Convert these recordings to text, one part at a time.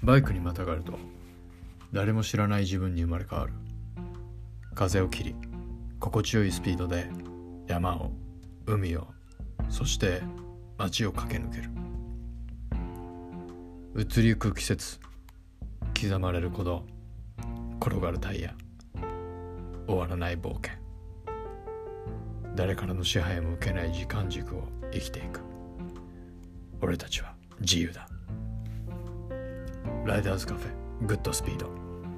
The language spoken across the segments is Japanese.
バイクにまたがると誰も知らない自分に生まれ変わる。風を切り心地よいスピードで山を海をそして街を駆け抜ける。移りゆく季節、刻まれる鼓動、転がるタイヤ、終わらない冒険。誰からの支配も受けない時間軸を生きていく。俺たちは自由だ。ライダーズカフェグッドスピード。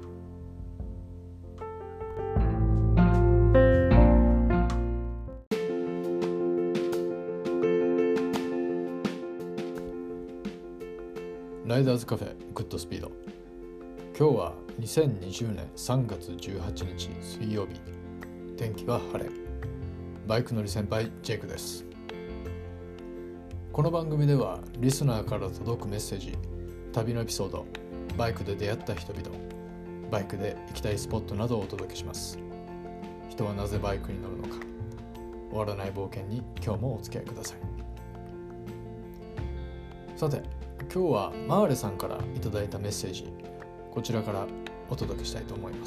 ライダーズカフェグッドスピード。今日は2020年3月18日水曜日。天気は晴れ。バイク乗り先輩ジェイクです。この番組ではリスナーから届くメッセージ、旅のエピソード、バイクで出会った人々、バイクで行きたいスポットなどをお届けします。人はなぜバイクに乗るのか、終わらない冒険に今日もお付き合いください。さて、今日はマーレさんからいただいたメッセージ、こちらからお届けしたいと思います。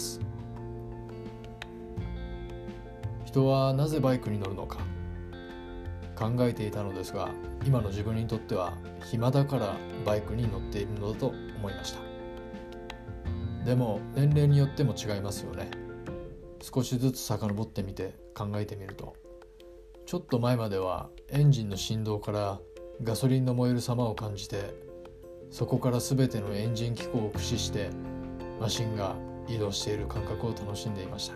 人はなぜバイクに乗るのか考えていたのですが、今の自分にとっては暇だからバイクに乗っているのだと思いました。でも年齢によっても違いますよね。少しずつ遡ってみて考えてみると、ちょっと前まではエンジンの振動からガソリンの燃える様を感じて、そこから全てのエンジン機構を駆使してマシンが移動している感覚を楽しんでいました。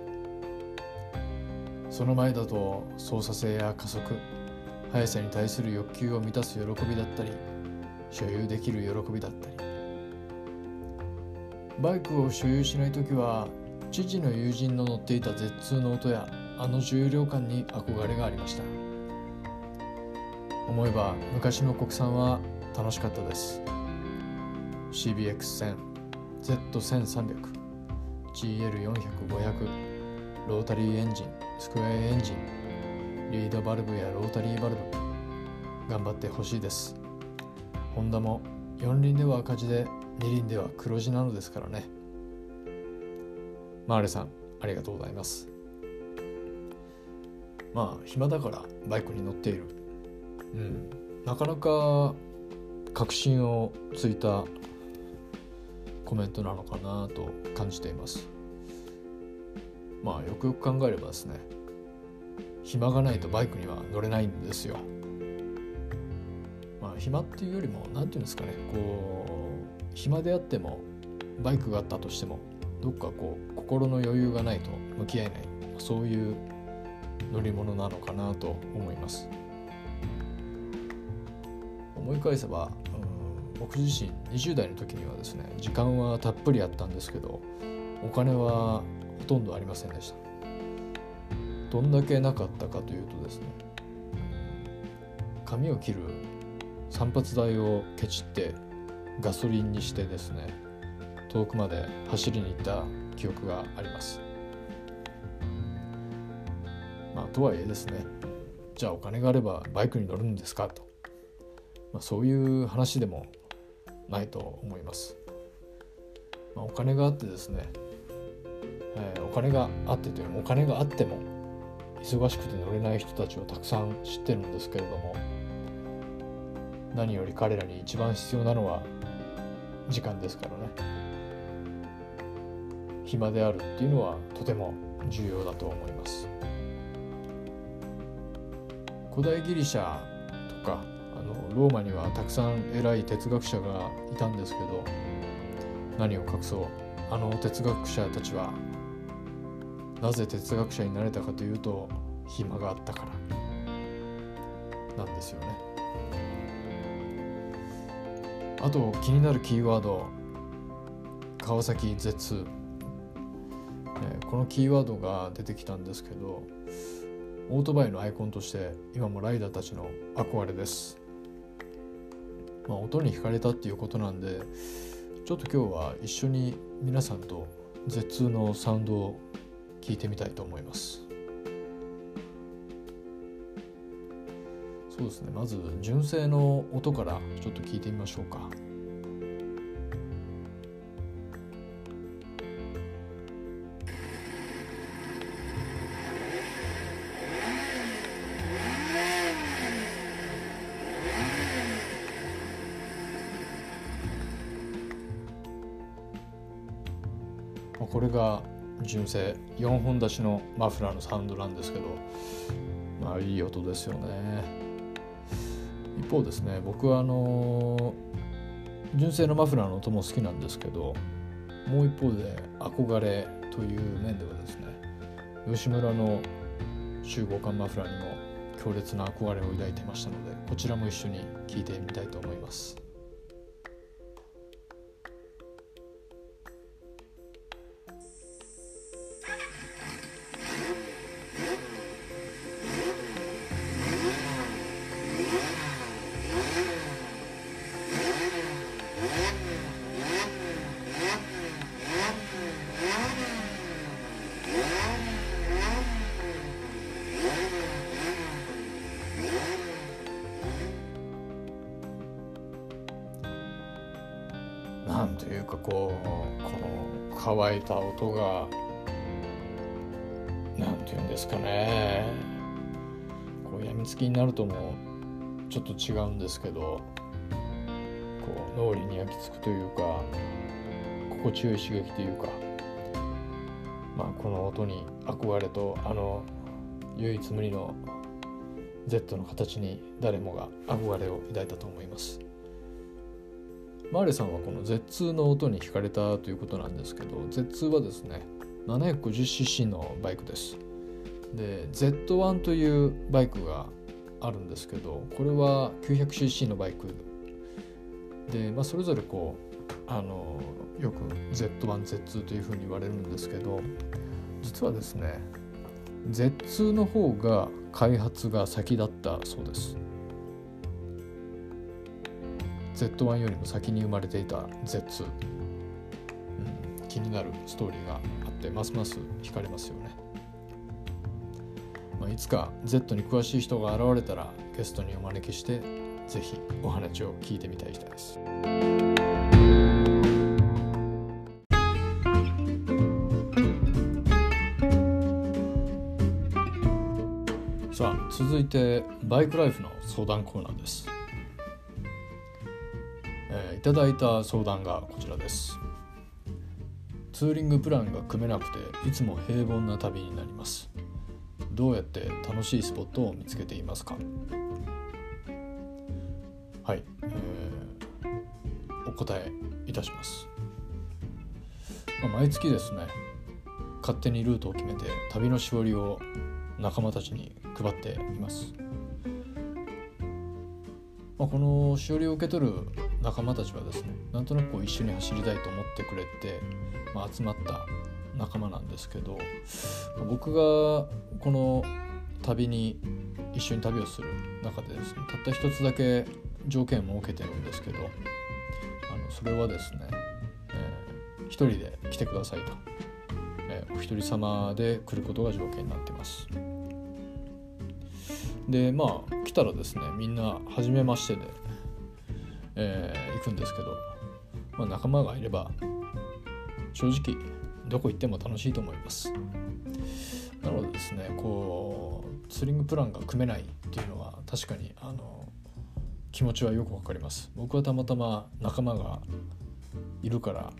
その前だと操作性や加速、速さに対する欲求を満たす喜びだったり、所有できる喜びだったり。バイクを所有しないときは、父の友人の乗っていた Z2 の音やあの重量感に憧れがありました。思えば昔の国産は楽しかったです。 CBX1000、Z1300、GL400、500、ロータリーエンジン、スクエアエンジン、リードバルブやロータリーバルブ、頑張ってほしいです。ホンダも4輪では赤字で2輪では黒字なのですからね。マーレさん、ありがとうございます。暇だからバイクに乗っている、なかなか確信をついたコメントなのかなと感じています。よくよく考えればですね、暇がないとバイクには乗れないんですよ。暇っていうよりもなんていうんですかね、暇であってもバイクがあったとしてもどっか心の余裕がないと向き合えない、そういう乗り物なのかなと思います。思い返せば、僕自身20代の時にはですね、時間はたっぷりあったんですけど、お金はほとんどありませんでした。どんだけなかったかというとですね、髪を切る散髪代をケチってガソリンにしてですね、遠くまで走りに行った記憶があります。とはいえですね、じゃあお金があればバイクに乗るんですかと、そういう話でもないと思います。お金があってですね、お金があってというよりもお金があっても忙しくて乗れない人たちをたくさん知ってるんですけれども、何より彼らに一番必要なのは時間ですからね。暇であるっていうのはとても重要だと思います。古代ギリシャとかローマにはたくさん偉い哲学者がいたんですけど、何を隠そう、哲学者たちはなぜ哲学者になれたかというと、暇があったからなんですよね。あと気になるキーワード、川崎 Z2、このキーワードが出てきたんですけど、オートバイのアイコンとして今もライダーたちの憧れです。音に惹かれたっていうことなんで、ちょっと今日は一緒に皆さんと Z2 のサウンドを聞いてみたいと思います。そうですね、まず純正の音からちょっと聞いてみましょうか。 これが純正4本出しのマフラーのサウンドなんですけど、いい音ですよね。一方ですね、僕は純正のマフラーの音も好きなんですけど、もう一方で憧れという面ではですね、吉村の集合管マフラーにも強烈な憧れを抱いていましたので、こちらも一緒に聴いてみたいと思います。なんというかこの乾いた音がなんていうんですかね、やみつきになるともちょっと違うんですけど、脳裏に焼き付くというか、心地よい刺激というか、この音に憧れと唯一無二の Z の形に誰もが憧れを抱いたと思います。マーレさんはこの Z2 の音に惹かれたということなんですけど、 Z2 はですね 750cc のバイクです。で Z1 というバイクがあるんですけど、これは 900cc のバイクで、それぞれよく Z1、Z2 というふうに言われるんですけど、実はですね Z2 の方が開発が先だったそうです。Z1 よりも先に生まれていた Z2、気になるストーリーがあってますます惹かれますよね。いつか Z に詳しい人が現れたらゲストにお招きしてぜひお話を聞いてみたい人です。さあ続いてバイクライフの相談コーナーです。いただいた相談がこちらです。ツーリングプランが組めなくていつも平凡な旅になります。どうやって楽しいスポットを見つけていますか？はい、お答えいたします。毎月ですね、勝手にルートを決めて旅のしおりを仲間たちに配っています。このしおりを受け取る仲間たちはですね、なんとなく一緒に走りたいと思ってくれて、集まった仲間なんですけど、僕がこの旅に一緒に旅をする中でですね、たった一つだけ条件を設けてるんですけど、それはですね、一人で来てくださいと、お一人様で来ることが条件になっています。で来たらですね、みんな初めましてで、行くんですけど、仲間がいれば正直どこ行っても楽しいと思います。なのでですね、ツーリングプランが組めないっていうのは確かに気持ちはよくわかります。僕はたまたま仲間がいるから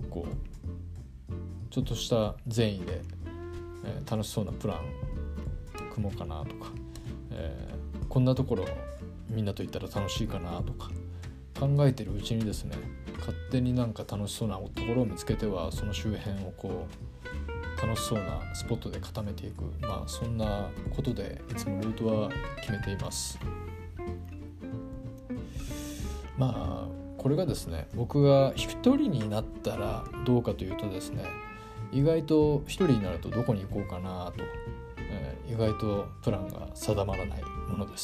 ちょっとした善意で、楽しそうなプラン組もうかなとか、こんなところみんなと行ったら楽しいかなとか考えてるうちにですね、勝手に楽しそうなところを見つけてはその周辺を楽しそうなスポットで固めていく、そんなことでいつもルートは決めています。これがですね、僕が一人になったらどうかというとですね、意外と一人になるとどこに行こうかなと、意外とプランが定まらないものです。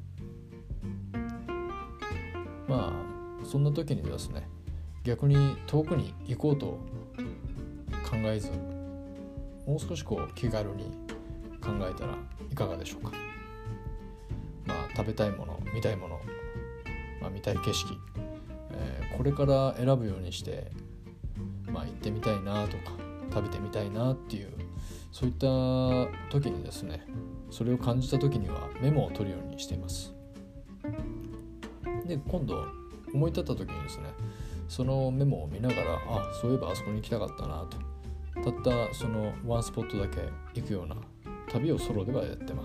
そんな時にですね、逆に遠くに行こうと考えず、もう少し気軽に考えたらいかがでしょうか。食べたいもの、見たいもの、見たい景色、これから選ぶようにして、行ってみたいなとか食べてみたいなっていう、そういった時にですね、それを感じた時にはメモを取るようにしています。で今度思い立った時にですね、そのメモを見ながら、そういえばあそこに行きたかったなと、 たったそのワンスポットだけ行くような旅をソロではやってます。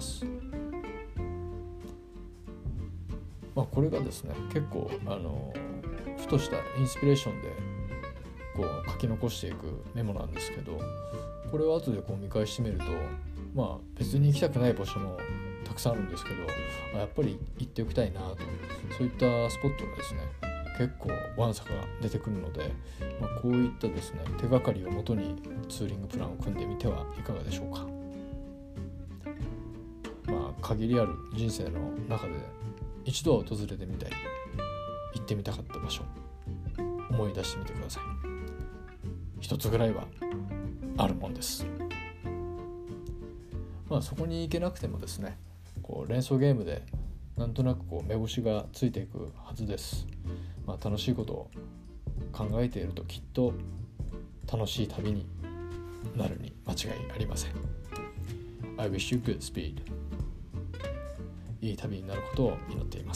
これがですね結構ふとしたインスピレーションでこう書き残していくメモなんですけど、これを後でこう見返してみると別に行きたくない場所もたくさんあるんですけど、やっぱり行っておきたいなと、そういったスポットがですね結構わんさか出てくるので、こういったですね手がかりをもとにツーリングプランを組んでみてはいかがでしょうか。限りある人生の中で一度は訪れてみたい、行ってみたかった場所、思い出してみてください。一つぐらいはあるもんです。そこに行けなくてもですね、こう連想ゲームでなんとなくこう目星がついていくはずです。楽しいことを考えているときっと楽しい旅になるに間違いありません。 I wish you good speed。 いい旅になることを祈っています。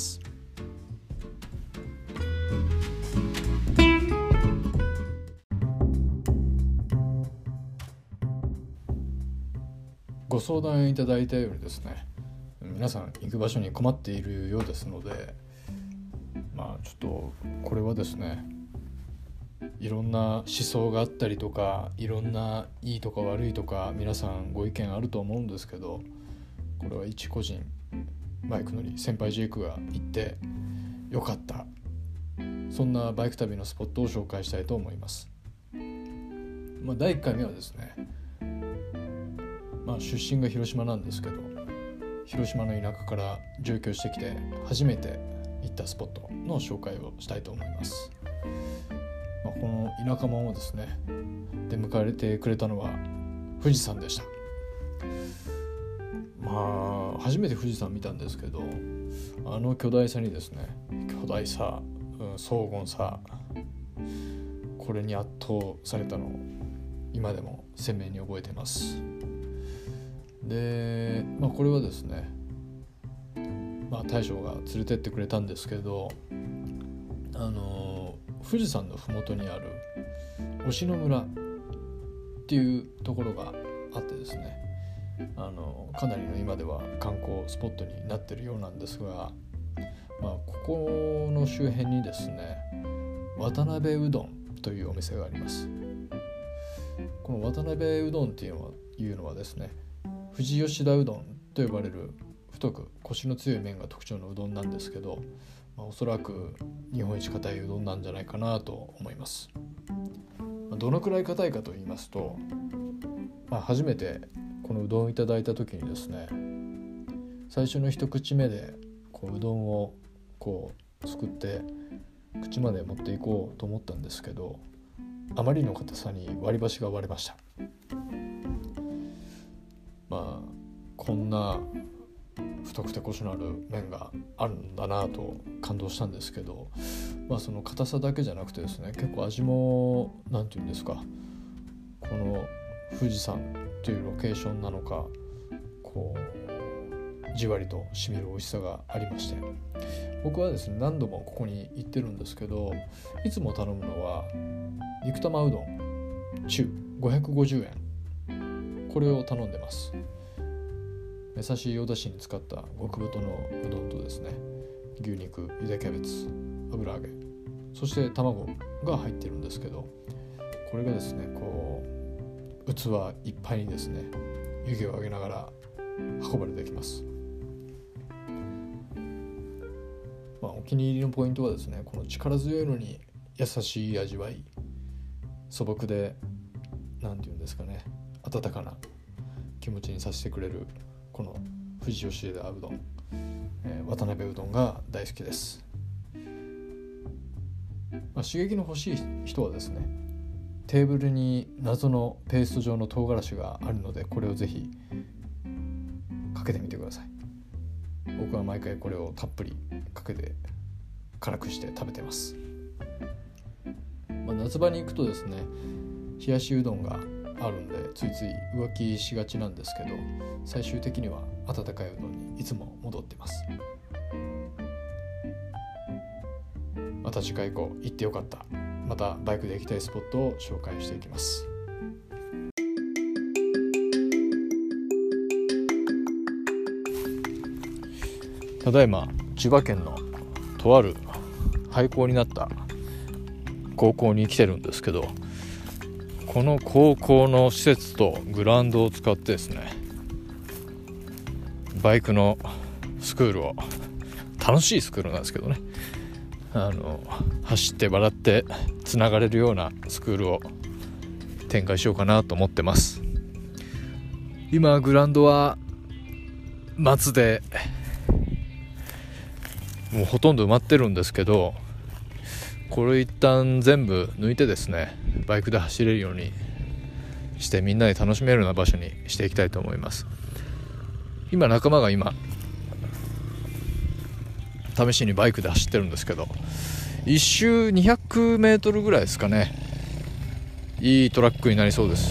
ご相談いただいたようにですね、皆さん行く場所に困っているようですので、ちょっとこれはですね、いろんな思想があったりとか、いろんないいとか悪いとか皆さんご意見あると思うんですけど、これは一個人バイク乗り先輩ジェイクが行ってよかった、そんなバイク旅のスポットを紹介したいと思います。第1回目はですね、出身が広島なんですけど、広島の田舎から上京してきて初めて行ったスポットの紹介をしたいと思います。この田舎者をですね出迎えてくれたのは富士山でした。初めて富士山見たんですけど、あの巨大さにですね、壮厳さ、これに圧倒されたのを今でも鮮明に覚えています。で、これはですね、大将が連れてってくれたんですけど、富士山のふもとにある忍野村っていうところがあってですね、かなりの今では観光スポットになっているようなんですが、ここの周辺にですね渡辺うどんというお店があります。この渡辺うどんっていうのはですね、富士吉田うどんと呼ばれる太くコシの強い麺が特徴のうどんなんですけど、おそらく日本一硬いうどんなんじゃないかなと思います。どのくらい硬いかと言いますと、初めてこのうどんをいただいた時にですね、最初の一口目でうどんをすくって口まで持っていこうと思ったんですけど、あまりの硬さに割り箸が割れました。こんな太くてコシのある麺があるんだなと感動したんですけど、その硬さだけじゃなくてですね、結構味もなんていうんですか、この富士山というロケーションなのか、じわりとしみる美味しさがありまして、僕はですね何度もここに行ってるんですけど、いつも頼むのは肉玉うどん中550円、これを頼んでます。優しいお出汁に使った極太のうどんとですね、牛肉、ゆでキャベツ、油揚げ、そして卵が入ってるんですけど、これがですね器いっぱいにですね湯気を上げながら運ばれてきます。お気に入りのポイントはですね、この力強いのに優しい味わい、素朴でなんていうんですかね、温かな気持ちにさせてくれるこの富士吉田うどん、渡辺うどんが大好きです。刺激の欲しい人はですね、テーブルに謎のペースト状の唐辛子があるので、これをぜひかけてみてください。僕は毎回これをたっぷりかけて辛くして食べてます。夏場に行くとですね、冷やしうどんがあるんでついつい浮気しがちなんですけど、最終的には温かいうどんにいつも戻ってます。また次回以降行ってよかった、またバイクで行きたいスポットを紹介していきます。 ただいま千葉県のとある廃校になった高校に来てるんですけど、この高校の施設とグラウンドを使ってですね、バイクのスクールを、楽しいスクールなんですけどね、走って笑ってつながれるようなスクールを展開しようかなと思ってます。今グラウンドは松でもうほとんど埋まってるんですけど、これ一旦全部抜いてですね、バイクで走れるようにしてみんなで楽しめるような場所にしていきたいと思います。今仲間が試しにバイクで走ってるんですけど、1周200メートルぐらいですかね。いいトラックになりそうです。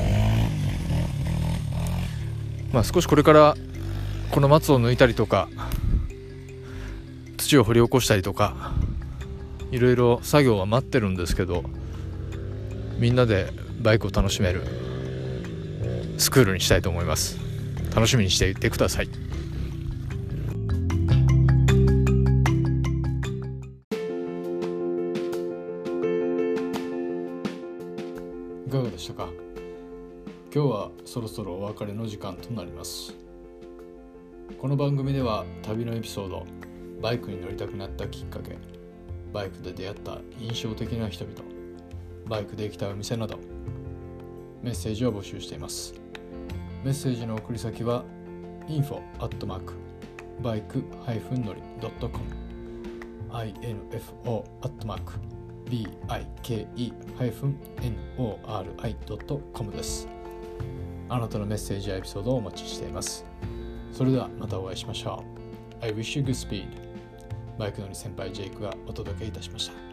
少しこれからこの松を抜いたりとか土を掘り起こしたりとかいろいろ作業は待ってるんですけど、みんなでバイクを楽しめるスクールにしたいと思います。楽しみにしていてください。いかがでしたか。今日はそろそろお別れの時間となります。この番組では旅のエピソード、バイクに乗りたくなったきっかけ、バイクで出会った印象的な人々、バイクで行きたいお店などメッセージを募集しています。メッセージの送り先は info@bike-nori.com info@bike-nori.com です。あなたのメッセージやエピソードをお待ちしています。それではまたお会いしましょう。I wish you good speed。バイク乗り先輩ジェイクがお届けいたしました。